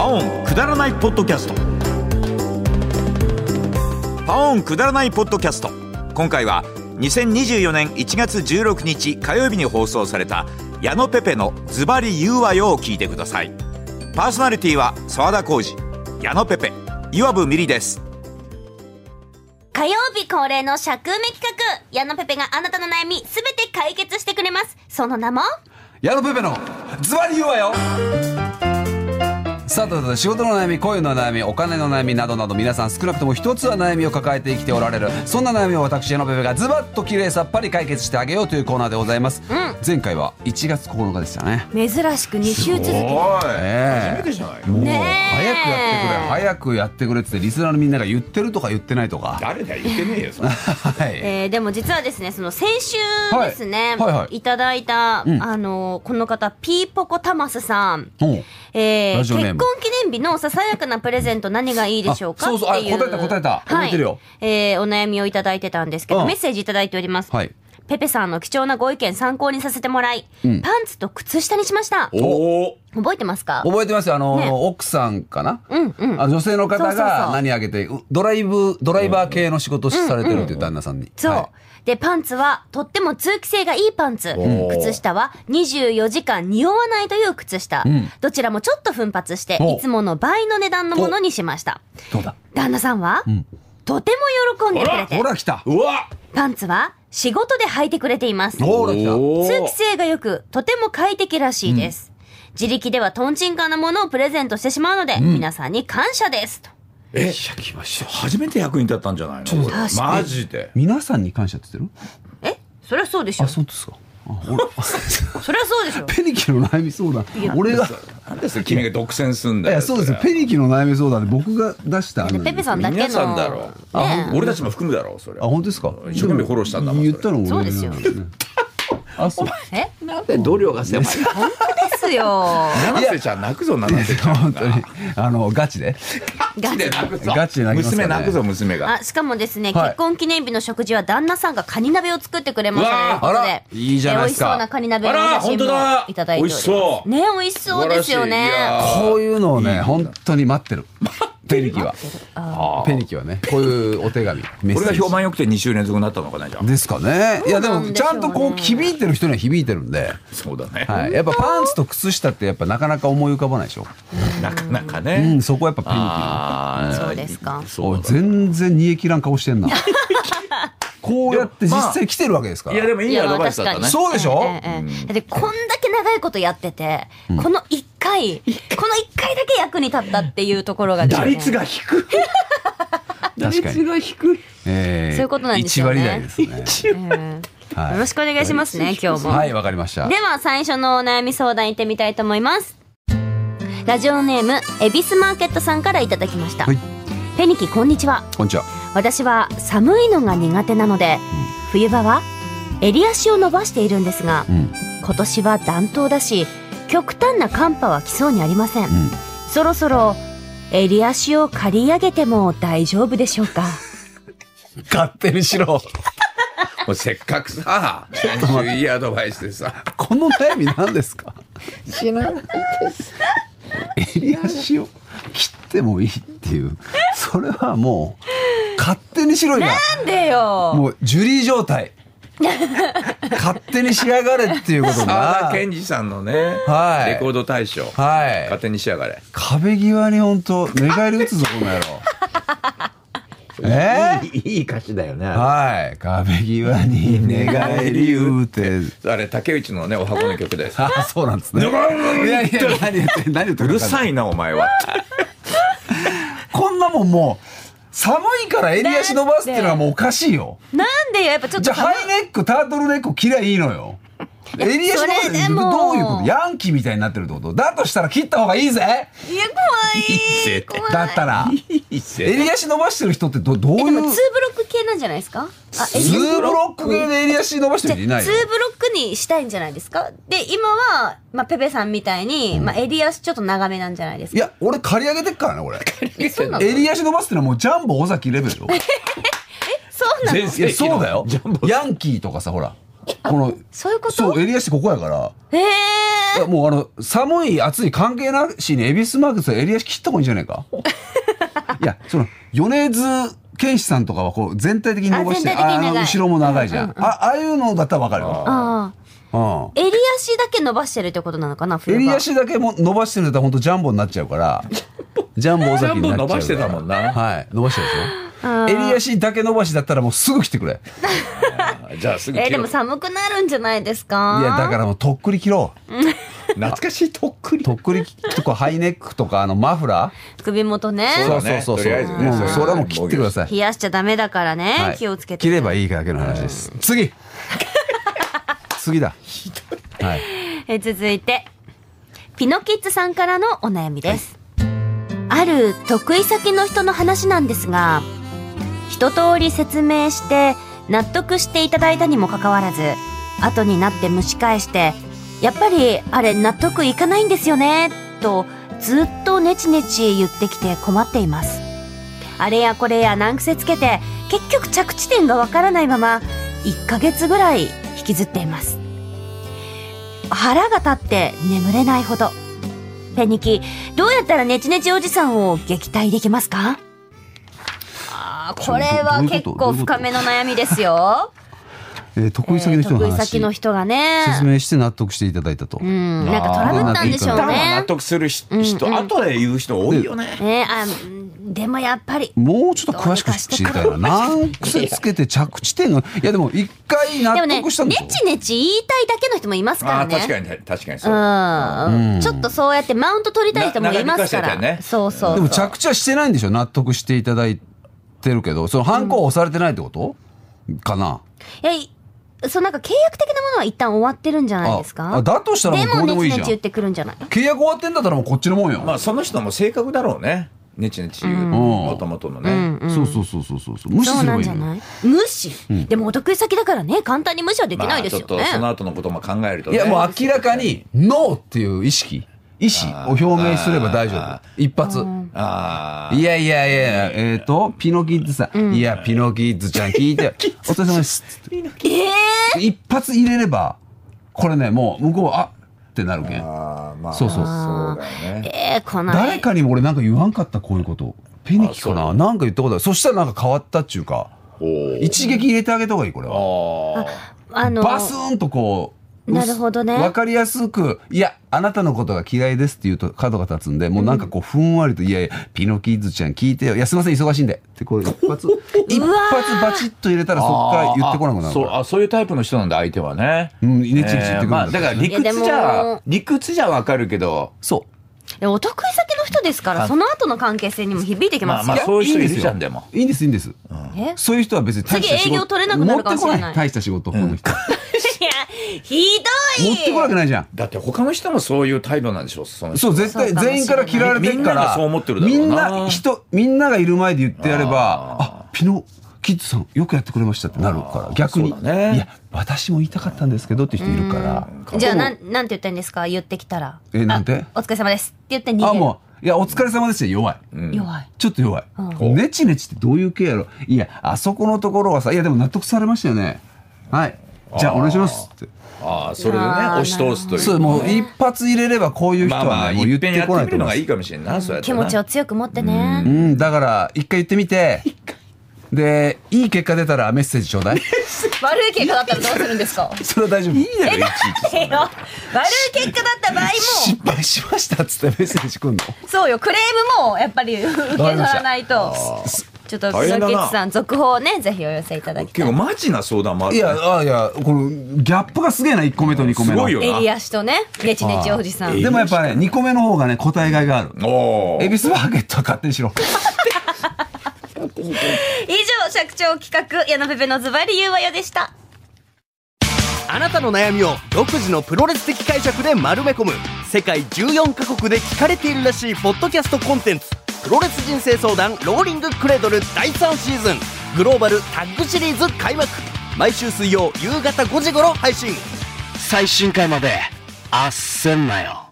オンくだらないポッドキャスト。パオンくだらないポッドキャスト。今回は2024年1月16日火曜日に放送された矢野ペペのズバリ言うわよを聞いてください。パーソナリティは澤田浩二、矢野ペペ、岩部美里です。 火曜日恒例の尺埋め企画、矢野ペペがあなたの悩みすべて解決してくれます。その名も矢野ペペのズバリ言うわよ。さあということで、仕事の悩み、恋の悩み、お金の悩みなどなど、皆さん少なくとも一つは悩みを抱えて生きておられる。そんな悩みを私矢野ペペがズバッときれいさっぱり解決してあげようというコーナーでございます。前回は1月9日でしたね。 珍しく2週続けて、 初めてじゃないの？ もうねえ早くやってくれってリスナーのみんなが言ってるとか言ってないとか。 誰だよ、言ってねえよそれ。 はい、 でも実はですね、その先週ですね、いただいた、この方ピーポコタマスさん、結婚記念日のささやかなプレゼント何がいいでしょうかっていう、 答えた覚えてるよ。 お悩みをいただいてたんですけど、メッセージいただいております。ペペさんの貴重なご意見参考にさせてもらい、パンツと靴下にしました。覚えてますか？ 覚えてますよ。奥さんかな、女性の方が何あげて、ドライバー系の仕事をされてるっていう旦那さんに。 で、パンツはとっても通気性がいいパンツ。靴下は24時間匂わないという靴下。どちらもちょっと奮発して、いつもの倍の値段のものにしました。 どうだ？ 旦那さんは、とても喜んでくれて。 ほら来た。 パンツは仕事で履いてくれています。通気性が良く、とても快適らしいです。自力ではトンチンカンなものをプレゼントしてしまうので、皆さんに感謝ですと。 来ました。初めて役に立ったんじゃないの？マジで。 皆さんに感謝って言ってる？ そりゃそうでしょ。 そうですか。 そりゃそうでしょ。 ペニキの悩み相談、俺がなんです君が独占すんだよ。 そうですよ。ペニキの悩み相談で僕が出したペペさんだけの。 皆さんだろ。俺たちも含むだろうそれ。 本当ですか？ 一生懸命フォローしたんだもん。 言ったのそうですよ。 なんで度量が狭い。 本当ですよ。 七瀬ちゃん泣くぞ、七瀬ちゃん。 本当にガチでガチで泣きます。娘泣くぞ、娘が。 しかもですね、結婚記念日の食事は旦那さんがカニ鍋を作ってくれましたということで、 いいじゃないですか。 美味しそうなカニ鍋の写真もいただいております。ね、美味しそうですよね。 こういうのをね、本当に待ってる。ペニキはね、こういうお手紙、メッセージ。 これが評判良くて2週連続になったのかな、じゃあ。 ですかね。いやでもちゃんとこう響いてる人には響いてるんで。 そうだね。 やっぱパンツと靴下ってやっぱなかなか思い浮かばないでしょ。 なかなかね。 そこはやっぱペニキの。 そうですか。 全然煮え切らん顔してんな。こうやって実際来てるわけですから。 いやでもいいアドバイスだったね。 そうでしょ。 でこんだけ長いことやってて、この1回だけ役に立ったっていうところが打率が低い。打率が低い。 そういうことなんですよね。 1割台ですね。 よろしくお願いしますね、今日も。 はい、わかりました。 では最初のお悩み相談いってみたいと思います。ラジオネーム恵比寿マーケットさんからいただきました。ペニキ、こんにちは。 こんにちは。 私は寒いのが苦手なので、冬場は襟足を伸ばしているんですが、今年は暖冬だし極端な寒波は来そうにありません。そろそろ襟足を刈り上げても大丈夫でしょうか？ 勝手にしろ。 もうせっかくさ、先週いいアドバイスでさ。 この悩み何ですか？ 知らないです。 襟足を切ってもいいっていう、それはもう勝手にしろよ。 なんでよ。 もうジュリー状態。勝手に仕上がれっていうことだ。 沢田研二さんのね、レコード大賞。勝手に仕上がれ。 壁際に本当寝返り打つぞこの野郎。 いい歌詞だよね。 壁際に寝返り打て。 あれ竹内のねお箱の曲です。 そうなんですね。いやいや何言ってうるさいなお前は。 こんなもんもう寒いから襟足伸ばすっていうのはもうおかしいよ。 なんでよ、やっぱちょっと。 じゃあハイネックタートルネック切りゃいいのよ。襟足伸ばすってどういうこと？ヤンキーみたいになってるってこと？だとしたら切った方がいいぜ。 いや怖い。 だったら襟足伸ばしてる人ってどういう？でも 2ブロック系なんじゃないですか ？2ブロック系で襟足伸ばしてる人いないよ。 2ブロックにしたいんじゃないですか？で今はペペさんみたいに襟足ちょっと長めなんじゃないですか？ いや俺刈り上げてっからね俺。襟足伸ばすってのはもうジャンボ尾崎レベルよ。 そうなの？ いやそうだよ。ヤンキーとかさほらこのそういうこと？ そう襟足ここやから。 へえ。 いやもう寒い暑い関係なしに恵比寿マークスは襟足切った方がいいんじゃないか。いやその米津玄師さんとかはこう全体的に伸ばして後ろも長いじゃん。ああいうのだったらわかるよ。 襟足だけ伸ばしてるってことなのかな。 襟足だけも伸ばしてるんだったら本当ジャンボになっちゃうから。ジャンボ尾崎になっちゃうから。ジャンボ伸ばしてたもんな。はい伸ばしてるでしょ。襟足だけ伸ばしだったらもうすぐ切ってくれ。 じゃあすぐ切ろう。 でも寒くなるんじゃないですか。 いやだからもうとっくり切ろう。 懐かしいとっくりとかハイネックとかマフラー首元ね。 そうとりあえずね。もうそれはもう切ってください。 冷やしちゃダメだからね、気をつけて。 切ればいいだけの話です。次だ。はい。 続いてピノキッズさんからのお悩みです。ある得意先の人の話なんですが、一通り説明して納得していただいたにもかかわらず、後になって蒸し返してやっぱりあれ納得いかないんですよねとずっとネチネチ言ってきて困っています。あれやこれや難癖つけて結局着地点がわからないまま1ヶ月ぐらい引きずっています。腹が立って眠れないほど。ペニキ、どうやったらネチネチおじさんを撃退できますか？これは結構深めの悩みですよ。 得意先の人の話、 得意先の人がね説明して納得していただいたと。 なんかトラブったんでしょうね。 納得する人、後で言う人多いよね。 でもやっぱりもうちょっと詳しく知りたいな。難癖つけて着地点がいやでも一回納得したんでしょ。 ネチネチ言いたいだけの人もいますからね。 確かにそう。 ちょっとそうやってマウント取りたい人もいますから。そうでも着地はしてないんでしょ。納得していただいてるけど、そのハンコは押されてないってことかな。 なんか契約的なものは一旦終わってるんじゃないですか。 だとしたらもうどうでもいいじゃん。 でもネチネチ言ってくるんじゃない。 契約終わってんだったらもうこっちのもんよ。 まあその人も性格だろうね。ネチネチ言うもともとのね。 そう無視すればいいの。 無視。でもお得意先だからね、簡単に無視はできないですよね。 ちょっとその後のことも考えるとね。 いやもう明らかにノーっていう意思を表明すれば大丈夫。一発。いやピノキッズさん、いやピノキッズちゃん聞いてお疲れ様です一発入れればこれねもう向こうはってなるけん。そうだよね。誰かにも俺なんか言わんかったこういうこと。ペニキかななんか言ったことある。そしたらなんか変わったっちゅうか一撃入れてあげた方がいいこれは。バスーンとこうなるほどね。 わかりやすく、いや、あなたのことが嫌いですって言うと角が立つんで、もうなんかこう、ふんわりと、いやいや、ピノキッズちゃん聞いてよ。いや、すいません、忙しいんで。ってこう、一発バチッと入れたらそこから言ってこなくなる。 そういうタイプの人なんだ、相手はね。 ネチネチ言ってくるんだ。 だから理屈じゃわかるけど。 そう。 お得意先の人ですから、その後の関係性にも響いてきますよ。 そういう人いるじゃん、でも。 いいんです。そういう人は別に大した仕事。次営業取れなくなるかもしれない。 大した仕事、この人。 いや、ひどい。 持ってこなくないじゃん。 だって他の人もそういう態度なんでしょ。 そう、絶対全員から嫌われてるから。 そう思ってるだろうな。 みんながいる前で言ってやれば、ピノキッズさんよくやってくれましたってなるから、逆に、いや私も言いたかったんですけどって人いるから。 じゃあなんて言ったんですか、言ってきたら。 なんてお疲れ様ですって言って逃げる。 もういやお疲れ様ですよ。弱いちょっと弱い。ネチネチってどういう系やろ。いやあそこのところはさ、いやでも納得されましたよね。はいじゃあお願いしますって。 それでね押し通すという。 そうもう一発入れればこういう人はねもう言ってこないと思う。 のがいいかもしれない。 気持ちを強く持ってね。 だから一回言ってみて。でいい結果出たらメッセージちょうだい。 悪い結果だったらどうするんですか。 それは大丈夫。いいだよ。 悪い結果だった場合も失敗しましたっつってメッセージくんの。 そうよ、クレームもやっぱり受け取らないと。ちょっとピノキッズさん続報をねぜひお寄せいただきたい。 結構マジな相談もある。 いやこのギャップがすげえな。1個目と2個目のすごいよな。 襟足とねネチネチおじさん。 でもやっぱね2個目の方がね答えがいがある。恵比寿マーケットは勝手にしろ。 以上尺長企画矢野ペペのズバリ言うわよでした。 あなたの悩みを独自のプロレス的解釈で丸め込む世界14カ国で聞かれているらしいポッドキャストコンテンツ、プロレス人生相談ローリングクレードル第3シーズングローバルタッグシリーズ開幕。毎週水曜夕方5時頃配信。 最新回まであっせんなよ。